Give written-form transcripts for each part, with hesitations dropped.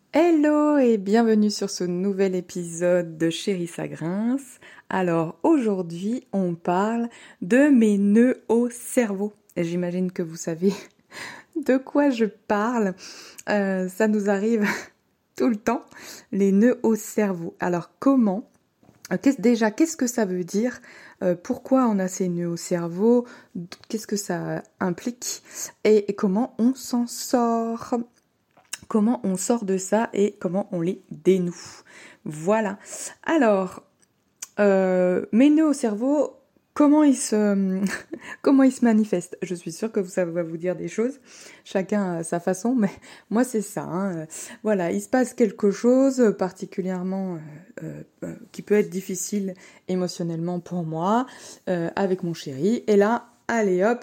Hello et bienvenue sur ce nouvel épisode de Chérie ça grince. Alors aujourd'hui on parle de mes nœuds au cerveau. Et j'imagine que vous savez de quoi je parle. Ça nous arrive tout le temps, les nœuds au cerveau. Alors comment qu'est-ce que ça veut dire? Pourquoi on a ces nœuds au cerveau? Qu'est-ce que ça implique? Et comment on s'en sort? Comment on sort de ça et comment on les dénoue. Voilà. Alors, mes nœuds au cerveau, comment ils se, comment ils se manifestent? Je suis sûre que ça va vous dire des choses. Chacun a sa façon, mais moi c'est ça. Hein. Voilà, il se passe quelque chose particulièrement qui peut être difficile émotionnellement pour moi avec mon chéri. Et là, allez hop,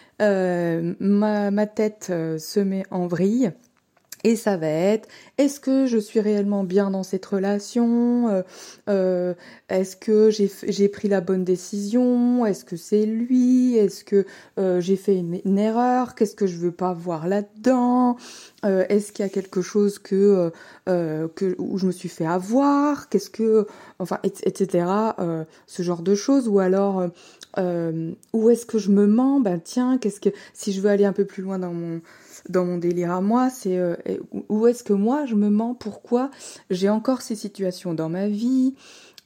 ma tête se met en vrille. Et ça va être, est-ce que je suis réellement bien dans cette relation? Est-ce que j'ai pris la bonne décision? Est-ce que c'est lui? Est-ce que j'ai fait une erreur? Qu'est-ce que je veux pas voir là-dedans? Est-ce qu'il y a quelque chose où je me suis fait avoir? Enfin, etc. Ce genre de choses. Ou alors, où est-ce que je me mens? Ben tiens, si je veux aller un peu plus loin dans mon délire à moi, c'est où est-ce que moi je me mens, pourquoi j'ai encore ces situations dans ma vie,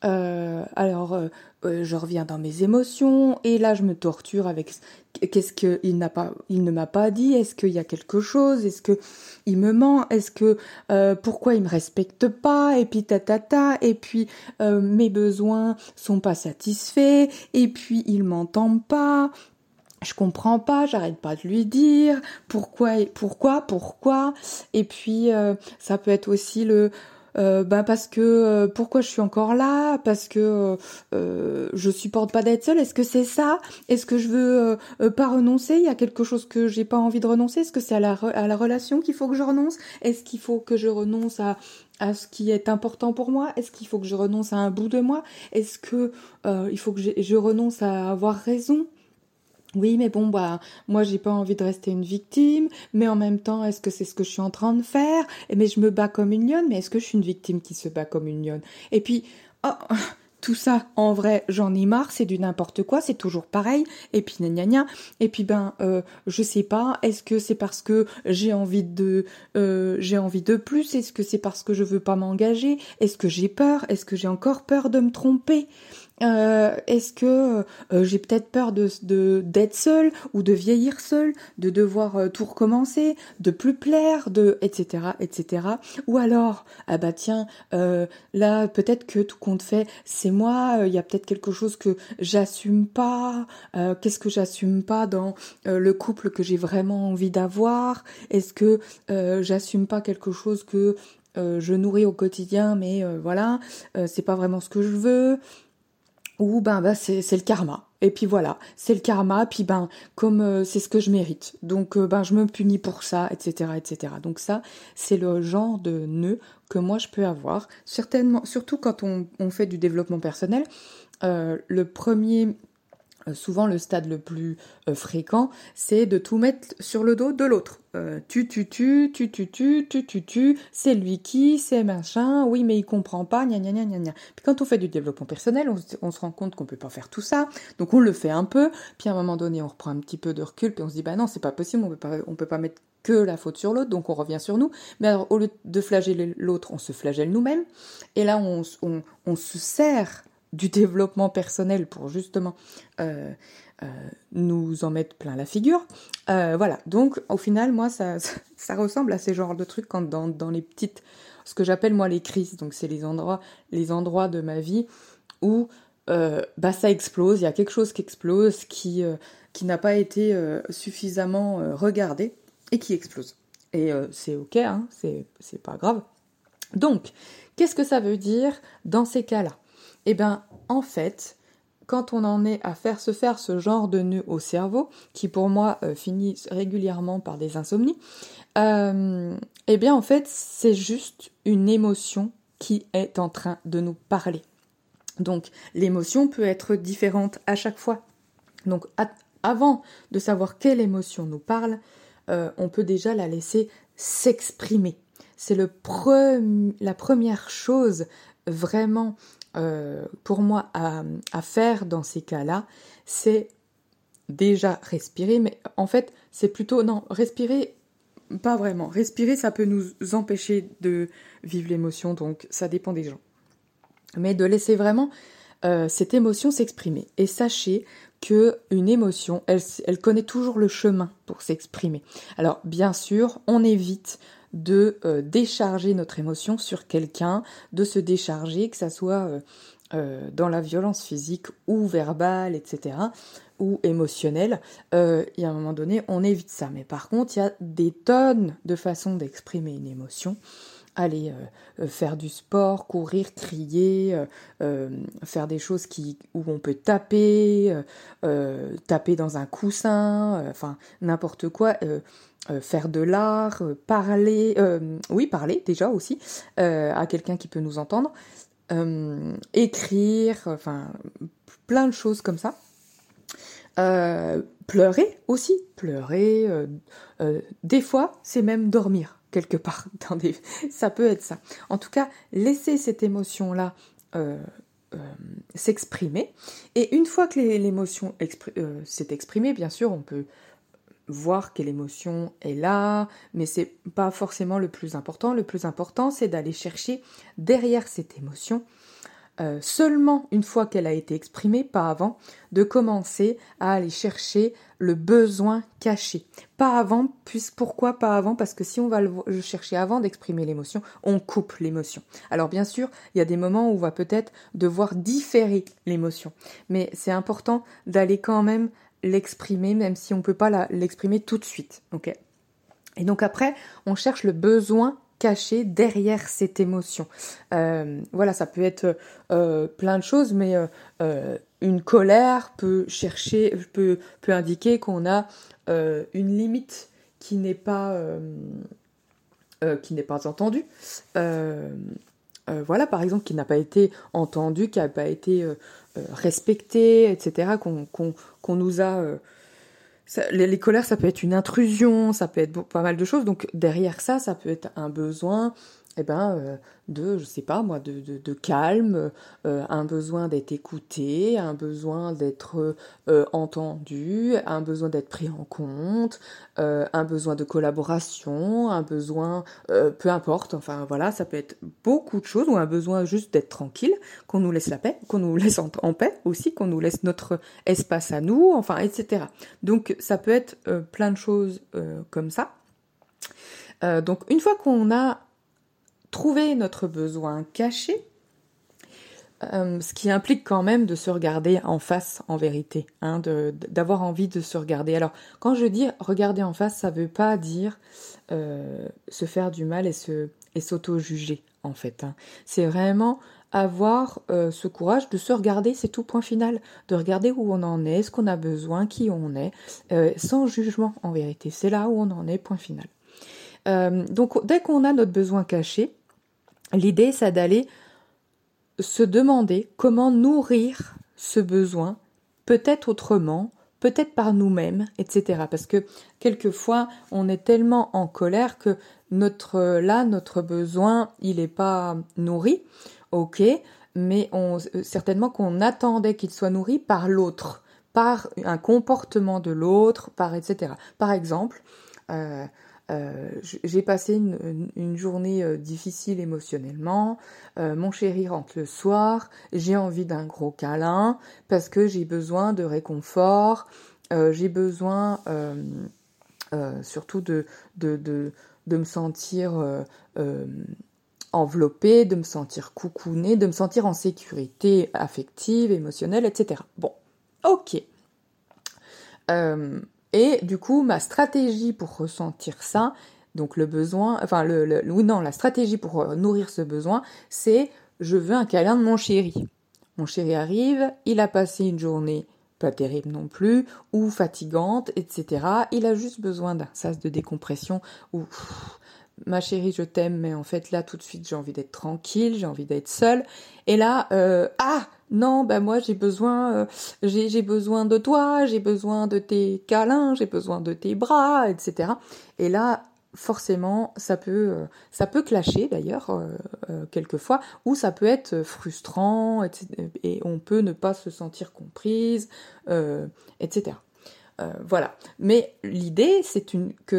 je reviens dans mes émotions et là je me torture avec qu'est-ce que il ne m'a pas dit, est-ce qu'il y a quelque chose, est-ce que il me ment, est-ce que pourquoi il me respecte pas et puis et puis mes besoins sont pas satisfaits et puis il m'entend pas. Je comprends pas, j'arrête pas de lui dire pourquoi. Et puis ça peut être aussi parce que pourquoi je suis encore là, parce que je supporte pas d'être seule. Est-ce que c'est ça? Est-ce que je veux pas renoncer? Il y a quelque chose que j'ai pas envie de renoncer. Est-ce que c'est à la relation qu'il faut que je renonce? Est-ce qu'il faut que je renonce à ce qui est important pour moi? Est-ce qu'il faut que je renonce à un bout de moi? Est-ce que il faut que je renonce à avoir raison? Oui, mais bon, moi, j'ai pas envie de rester une victime, mais en même temps, est-ce que c'est ce que je suis en train de faire? Mais je me bats comme une lionne, mais est-ce que je suis une victime qui se bat comme une lionne? Et puis, oh, tout ça, en vrai, j'en ai marre, c'est du n'importe quoi, c'est toujours pareil, et puis gna gna gna, et puis je sais pas, est-ce que c'est parce que j'ai envie de plus? Est-ce que c'est parce que je veux pas m'engager? Est-ce que j'ai peur? Est-ce que j'ai encore peur de me tromper? Est-ce que j'ai peut-être peur d'être seule ou de vieillir seule, de devoir tout recommencer, de plus plaire, etc. Ou alors, ah bah tiens, là peut-être que tout compte fait, c'est moi, il y a peut-être quelque chose que j'assume pas. Qu'est-ce que j'assume pas dans le couple que j'ai vraiment envie d'avoir? Est-ce que j'assume pas quelque chose que je nourris au quotidien, mais voilà, c'est pas vraiment ce que je veux? Ou c'est le karma. Et puis voilà, c'est le karma, puis comme c'est ce que je mérite. Donc je me punis pour ça, etc. etc. Donc ça, c'est le genre de nœud que moi je peux avoir. Certainement, surtout quand on fait du développement personnel, le premier souvent le stade le plus fréquent, c'est de tout mettre sur le dos de l'autre. C'est lui qui, c'est machin, oui mais il comprend pas, gna gna gna gna gna. Puis quand on fait du développement personnel, on se rend compte qu'on peut pas faire tout ça, donc on le fait un peu, puis à un moment donné on reprend un petit peu de recul, puis on se dit bah non c'est pas possible, on peut pas mettre que la faute sur l'autre, donc on revient sur nous. Mais alors au lieu de flageller l'autre, on se flagelle nous-mêmes, et là on se sert du développement personnel pour justement nous en mettre plein la figure. Voilà, donc au final, moi, ça ressemble à ces genres de trucs quand dans les petites, ce que j'appelle moi les crises, donc c'est les endroits de ma vie où ça explose, il y a quelque chose qui explose, qui n'a pas été suffisamment regardé et qui explose. Et c'est ok, hein, c'est pas grave. Donc, qu'est-ce que ça veut dire dans ces cas-là? Eh bien, en fait, quand on en est à se faire ce genre de nœud au cerveau, qui pour moi finit régulièrement par des insomnies, eh bien en fait, c'est juste une émotion qui est en train de nous parler. Donc, l'émotion peut être différente à chaque fois. Donc, avant de savoir quelle émotion nous parle, on peut déjà la laisser s'exprimer. c'est la première chose vraiment pour moi à faire dans ces cas-là, c'est déjà respirer, mais en fait c'est plutôt, non, respirer, pas vraiment. Respirer, ça peut nous empêcher de vivre l'émotion, donc ça dépend des gens. Mais de laisser vraiment cette émotion s'exprimer. Et sachez que une émotion, elle connaît toujours le chemin pour s'exprimer. Alors bien sûr, on évite de décharger notre émotion sur quelqu'un, de se décharger, que ça soit dans la violence physique ou verbale, etc., ou émotionnelle. Il y a un moment donné, on évite ça. Mais par contre, il y a des tonnes de façons d'exprimer une émotion. Aller faire du sport, courir, crier, faire des choses où on peut taper, taper dans un coussin, enfin n'importe quoi, faire de l'art, parler, parler déjà aussi à quelqu'un qui peut nous entendre, écrire, enfin plein de choses comme ça. Pleurer aussi, des fois c'est même dormir quelque part, ça peut être ça. En tout cas, laisser cette émotion-là s'exprimer, et une fois que l'émotion s'est exprimée, bien sûr, on peut voir quelle émotion est là, mais c'est pas forcément le plus important. Le plus important, c'est d'aller chercher derrière cette émotion, seulement une fois qu'elle a été exprimée, pas avant, de commencer à aller chercher le besoin caché. Pas avant, pourquoi pas avant? Parce que si on va le chercher avant d'exprimer l'émotion, on coupe l'émotion. Alors bien sûr, il y a des moments où on va peut-être devoir différer l'émotion, mais c'est important d'aller quand même l'exprimer, même si on ne peut pas l'exprimer tout de suite. Okay. Et donc après, on cherche le besoin caché derrière cette émotion. Voilà, ça peut être plein de choses, mais une colère peut indiquer qu'on a une limite qui n'est pas entendue. Voilà, par exemple, qui n'a pas été entendue, qui n'a pas été respectée, etc., qu'on nous a... les colères, ça peut être une intrusion, ça peut être pas mal de choses. Donc derrière ça, ça peut être un besoin, je sais pas moi, de calme, un besoin d'être écouté, un besoin d'être entendu, un besoin d'être pris en compte, un besoin de collaboration, un besoin, peu importe. Enfin voilà, ça peut être beaucoup de choses, ou un besoin juste d'être tranquille, qu'on nous laisse la paix, qu'on nous laisse en paix aussi, qu'on nous laisse notre espace à nous, enfin etc. Donc ça peut être plein de choses comme ça. Donc une fois qu'on a trouvé notre besoin caché, ce qui implique quand même de se regarder en face, en vérité, hein, d'avoir envie de se regarder. Alors quand je dis regarder en face, ça veut pas dire se faire du mal et s'auto-juger en fait, hein. C'est vraiment avoir ce courage de se regarder, c'est tout, point final, de regarder où on en est, ce qu'on a besoin, qui on est, sans jugement en vérité. C'est là où on en est, point final. Donc dès qu'on a notre besoin caché, l'idée c'est d'aller se demander comment nourrir ce besoin, peut-être autrement, peut-être par nous-mêmes, etc. Parce que quelquefois, on est tellement en colère que notre besoin, il n'est pas nourri, ok, mais certainement qu'on attendait qu'il soit nourri par l'autre, par un comportement de l'autre, par etc. Par exemple, j'ai passé une journée difficile émotionnellement, mon chéri rentre le soir, j'ai envie d'un gros câlin parce que j'ai besoin de réconfort, j'ai besoin surtout de me sentir enveloppée, de me sentir coucounée, de me sentir en sécurité affective, émotionnelle, etc. Bon, ok. Et du coup, ma stratégie pour ressentir ça, donc le besoin, enfin la stratégie pour nourrir ce besoin, c'est je veux un câlin de mon chéri. Mon chéri arrive, il a passé une journée pas terrible non plus, ou fatigante, etc. Il a juste besoin d'un sas de décompression où ma chérie, je t'aime, mais en fait là tout de suite j'ai envie d'être tranquille, j'ai envie d'être seule. Et là, non, moi j'ai besoin de toi, j'ai besoin de tes câlins, j'ai besoin de tes bras, etc. Et là, forcément, ça peut clasher d'ailleurs quelquefois, ou ça peut être frustrant, etc., et on peut ne pas se sentir comprise, etc. Voilà. Mais l'idée, c'est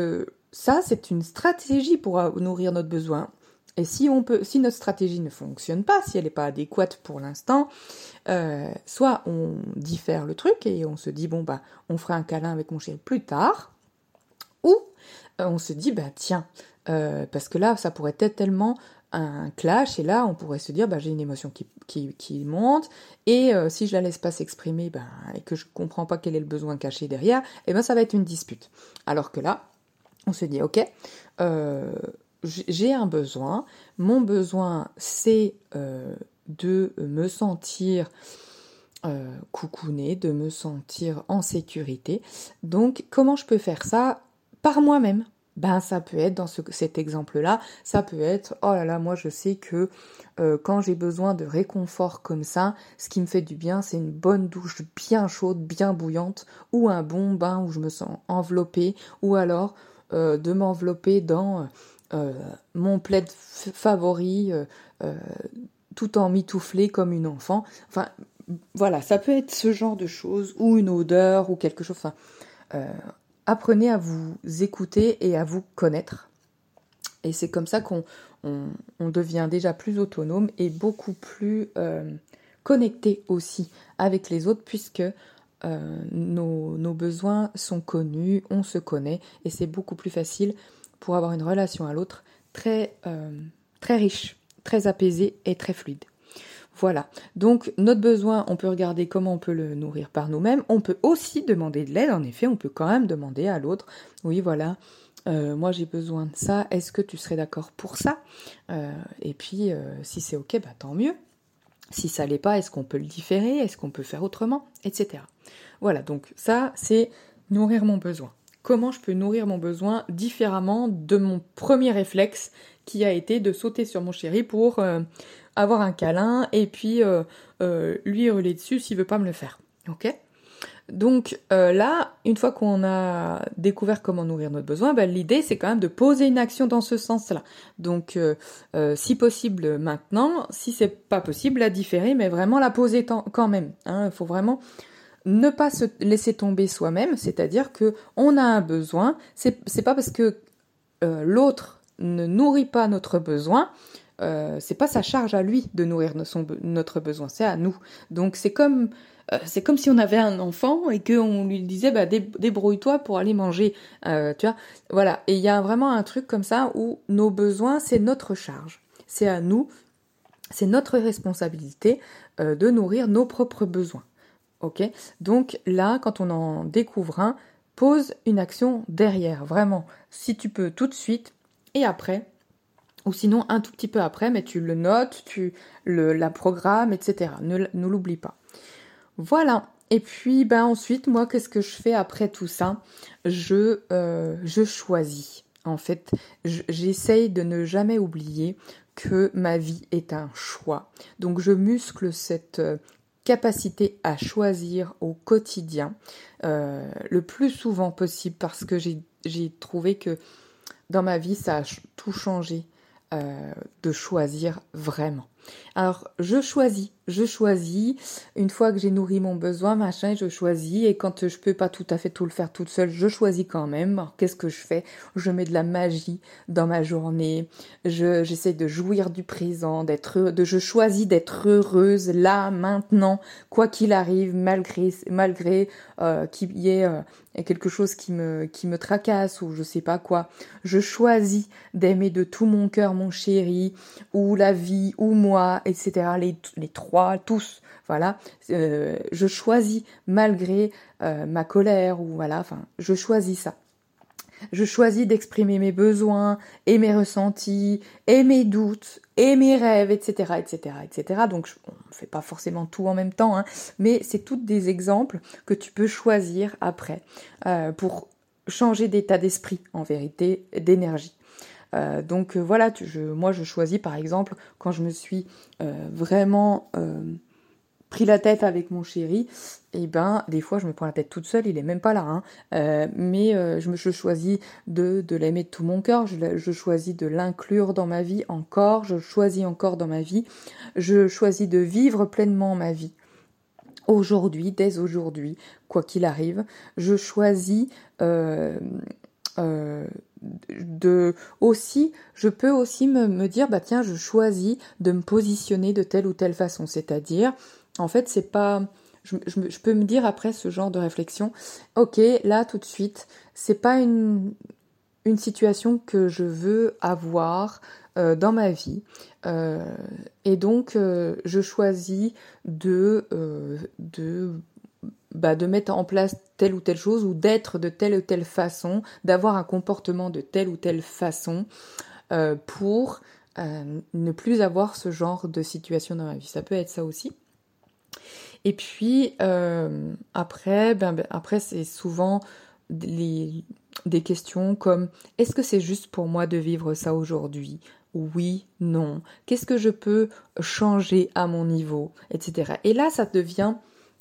une stratégie pour nourrir notre besoin. Et si notre stratégie ne fonctionne pas, si elle n'est pas adéquate pour l'instant, soit on diffère le truc et on se dit on fera un câlin avec mon chéri plus tard, ou on se dit tiens, parce que là ça pourrait être tellement un clash, et là on pourrait se dire j'ai une émotion qui monte, et si je la laisse pas s'exprimer et que je comprends pas quel est le besoin caché derrière, ça va être une dispute. Alors que là on se dit ok, j'ai un besoin, mon besoin c'est de me sentir coucounée, de me sentir en sécurité. Donc comment je peux faire ça par moi-même? Ça peut être dans cet exemple-là, ça peut être oh là là, moi je sais que quand j'ai besoin de réconfort comme ça, ce qui me fait du bien, c'est une bonne douche bien chaude, bien bouillante, ou un bon bain où je me sens enveloppée, ou alors de m'envelopper dans mon plaid favori, tout en mitouflé comme une enfant. Enfin, voilà, ça peut être ce genre de choses, ou une odeur, ou quelque chose. Enfin, apprenez à vous écouter et à vous connaître. Et c'est comme ça qu'on devient déjà plus autonome et beaucoup plus connecté aussi avec les autres, puisque nos besoins sont connus, on se connaît, et c'est beaucoup plus facile pour avoir une relation à l'autre très riche, très apaisée et très fluide. Voilà, donc notre besoin, on peut regarder comment on peut le nourrir par nous-mêmes. On peut aussi demander de l'aide, en effet, on peut quand même demander à l'autre, oui voilà, moi j'ai besoin de ça, est-ce que tu serais d'accord pour ça? Et puis si c'est ok, tant mieux. Si ça l'est pas, est-ce qu'on peut le différer? Est-ce qu'on peut faire autrement? Etc. Voilà, donc ça c'est nourrir mon besoin. Comment je peux nourrir mon besoin différemment de mon premier réflexe qui a été de sauter sur mon chéri pour avoir un câlin et puis lui hurler dessus s'il veut pas me le faire. Ok? Donc là, une fois qu'on a découvert comment nourrir notre besoin, l'idée c'est quand même de poser une action dans ce sens-là. Donc si possible maintenant, si c'est pas possible, la différer, mais vraiment la poser quand même. Il faut vraiment ne pas se laisser tomber soi-même, c'est-à-dire que on a un besoin, c'est pas parce que l'autre ne nourrit pas notre besoin, c'est pas sa charge à lui de nourrir notre besoin, c'est à nous. Donc c'est comme si on avait un enfant et qu'on lui disait débrouille-toi pour aller manger, tu vois. Voilà, et il y a vraiment un truc comme ça où nos besoins, c'est notre charge, c'est à nous, c'est notre responsabilité de nourrir nos propres besoins. Ok, donc là, quand on en découvre un, pose une action derrière, vraiment. Si tu peux tout de suite, et après, ou sinon un tout petit peu après, mais tu le notes, tu la programmes, etc. Ne l'oublie pas. Voilà. Et puis ensuite, moi, qu'est-ce que je fais après tout ça? Je choisis. En fait, j'essaye de ne jamais oublier que ma vie est un choix. Donc je muscle cette capacité à choisir au quotidien le plus souvent possible, parce que j'ai trouvé que dans ma vie, ça a tout changé de choisir vraiment. Alors, je choisis. Une fois que j'ai nourri mon besoin, machin, je choisis. Et quand je peux pas tout à fait tout le faire toute seule, je choisis quand même. Alors, qu'est-ce que je fais? Je mets de la magie dans ma journée. J'essaie de jouir du présent, je choisis d'être heureuse là, maintenant, quoi qu'il arrive, malgré qu'il y ait quelque chose qui me tracasse ou je sais pas quoi. Je choisis d'aimer de tout mon cœur mon chéri, ou la vie, ou moi, etc. Les trois, tous, voilà. Je choisis malgré ma colère, ou voilà, enfin, je choisis ça. Je choisis d'exprimer mes besoins, et mes ressentis, et mes doutes, et mes rêves, etc., etc., etc. Donc, on ne fait pas forcément tout en même temps, mais c'est tous des exemples que tu peux choisir après pour changer d'état d'esprit, en vérité, d'énergie. Donc voilà, moi je choisis par exemple quand je me suis vraiment pris la tête avec mon chéri, et ben des fois je me prends la tête toute seule, il est même pas là, hein. Mais je choisis de l'aimer de tout mon cœur, je choisis de l'inclure dans ma vie encore, je choisis encore dans ma vie, je choisis de vivre pleinement ma vie. Aujourd'hui, dès aujourd'hui, quoi qu'il arrive, je choisis je peux aussi me dire, bah tiens, je choisis de me positionner de telle ou telle façon. C'est-à-dire, en fait, c'est pas, je peux me dire après ce genre de réflexion, ok, là tout de suite, c'est pas une situation que je veux avoir dans ma vie. Et donc, je choisis de mettre en place telle ou telle chose ou d'être de telle ou telle façon, d'avoir un comportement de telle ou telle façon pour ne plus avoir ce genre de situation dans ma vie. Ça peut être ça aussi. Et puis après, c'est souvent des questions comme est-ce que c'est juste pour moi de vivre ça aujourd'hui ? Oui, non. Qu'est-ce que je peux changer à mon niveau, etc. Et là, ça devient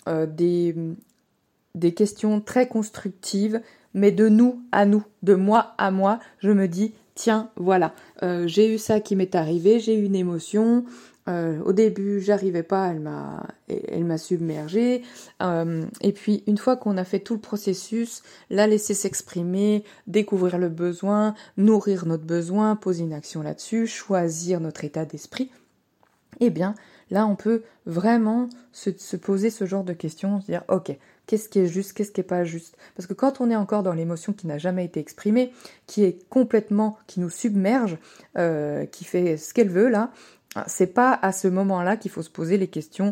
des questions très constructives, mais de nous à nous, de moi à moi. Je me dis, tiens, voilà, j'ai eu ça qui m'est arrivé, j'ai eu une émotion. Au début, j'arrivais pas, elle m'a submergée. Et puis, une fois qu'on a fait tout le processus, la laisser s'exprimer, découvrir le besoin, nourrir notre besoin, poser une action là-dessus, choisir notre état d'esprit, eh bien, là, on peut vraiment se poser ce genre de questions, se dire, ok, qu'est-ce qui est juste, qu'est-ce qui est pas juste ? Parce que quand on est encore dans l'émotion qui n'a jamais été exprimée, qui nous submerge, qui fait ce qu'elle veut là, c'est pas à ce moment-là qu'il faut se poser les questions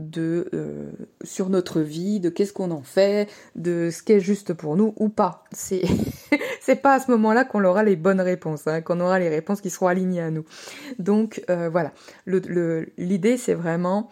sur notre vie, de qu'est-ce qu'on en fait, de ce qui est juste pour nous ou pas. C'est pas à ce moment-là qu'on aura les bonnes réponses, hein, qu'on aura les réponses qui seront alignées à nous. Donc voilà, l'idée c'est vraiment,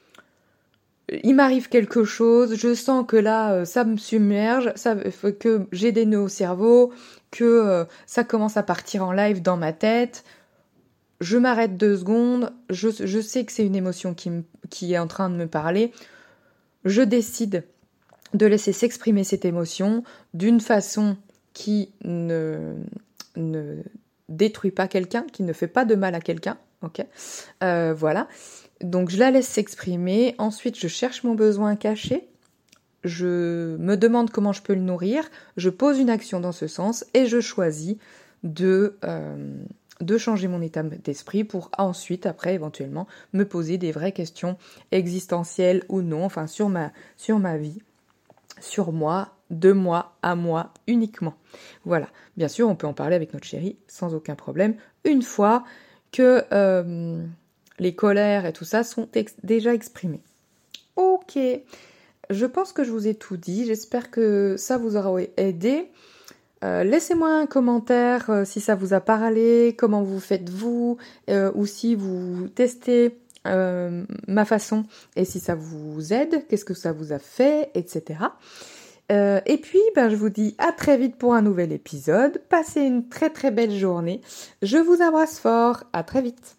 il m'arrive quelque chose, je sens que là ça me submerge, que j'ai des nœuds au cerveau, que ça commence à partir en live dans ma tête. Je m'arrête 2 secondes, je sais que c'est une émotion qui est en train de me parler. Je décide de laisser s'exprimer cette émotion d'une façon qui ne détruit pas quelqu'un, qui ne fait pas de mal à quelqu'un. Ok, voilà. Donc je la laisse s'exprimer. Ensuite, je cherche mon besoin caché. Je me demande comment je peux le nourrir. Je pose une action dans ce sens et je choisis de changer mon état d'esprit pour ensuite, après, éventuellement, me poser des vraies questions existentielles ou non, enfin sur ma vie, sur moi, de moi à moi uniquement. Voilà. Bien sûr, on peut en parler avec notre chéri sans aucun problème, une fois que les colères et tout ça sont déjà exprimées. Ok. Je pense que je vous ai tout dit. J'espère que ça vous aura aidé. Laissez-moi un commentaire si ça vous a parlé, comment vous faites vous, ou si vous testez ma façon et si ça vous aide, qu'est-ce que ça vous a fait, etc. Et puis, je vous dis à très vite pour un nouvel épisode. Passez une très très belle journée. Je vous embrasse fort. À très vite.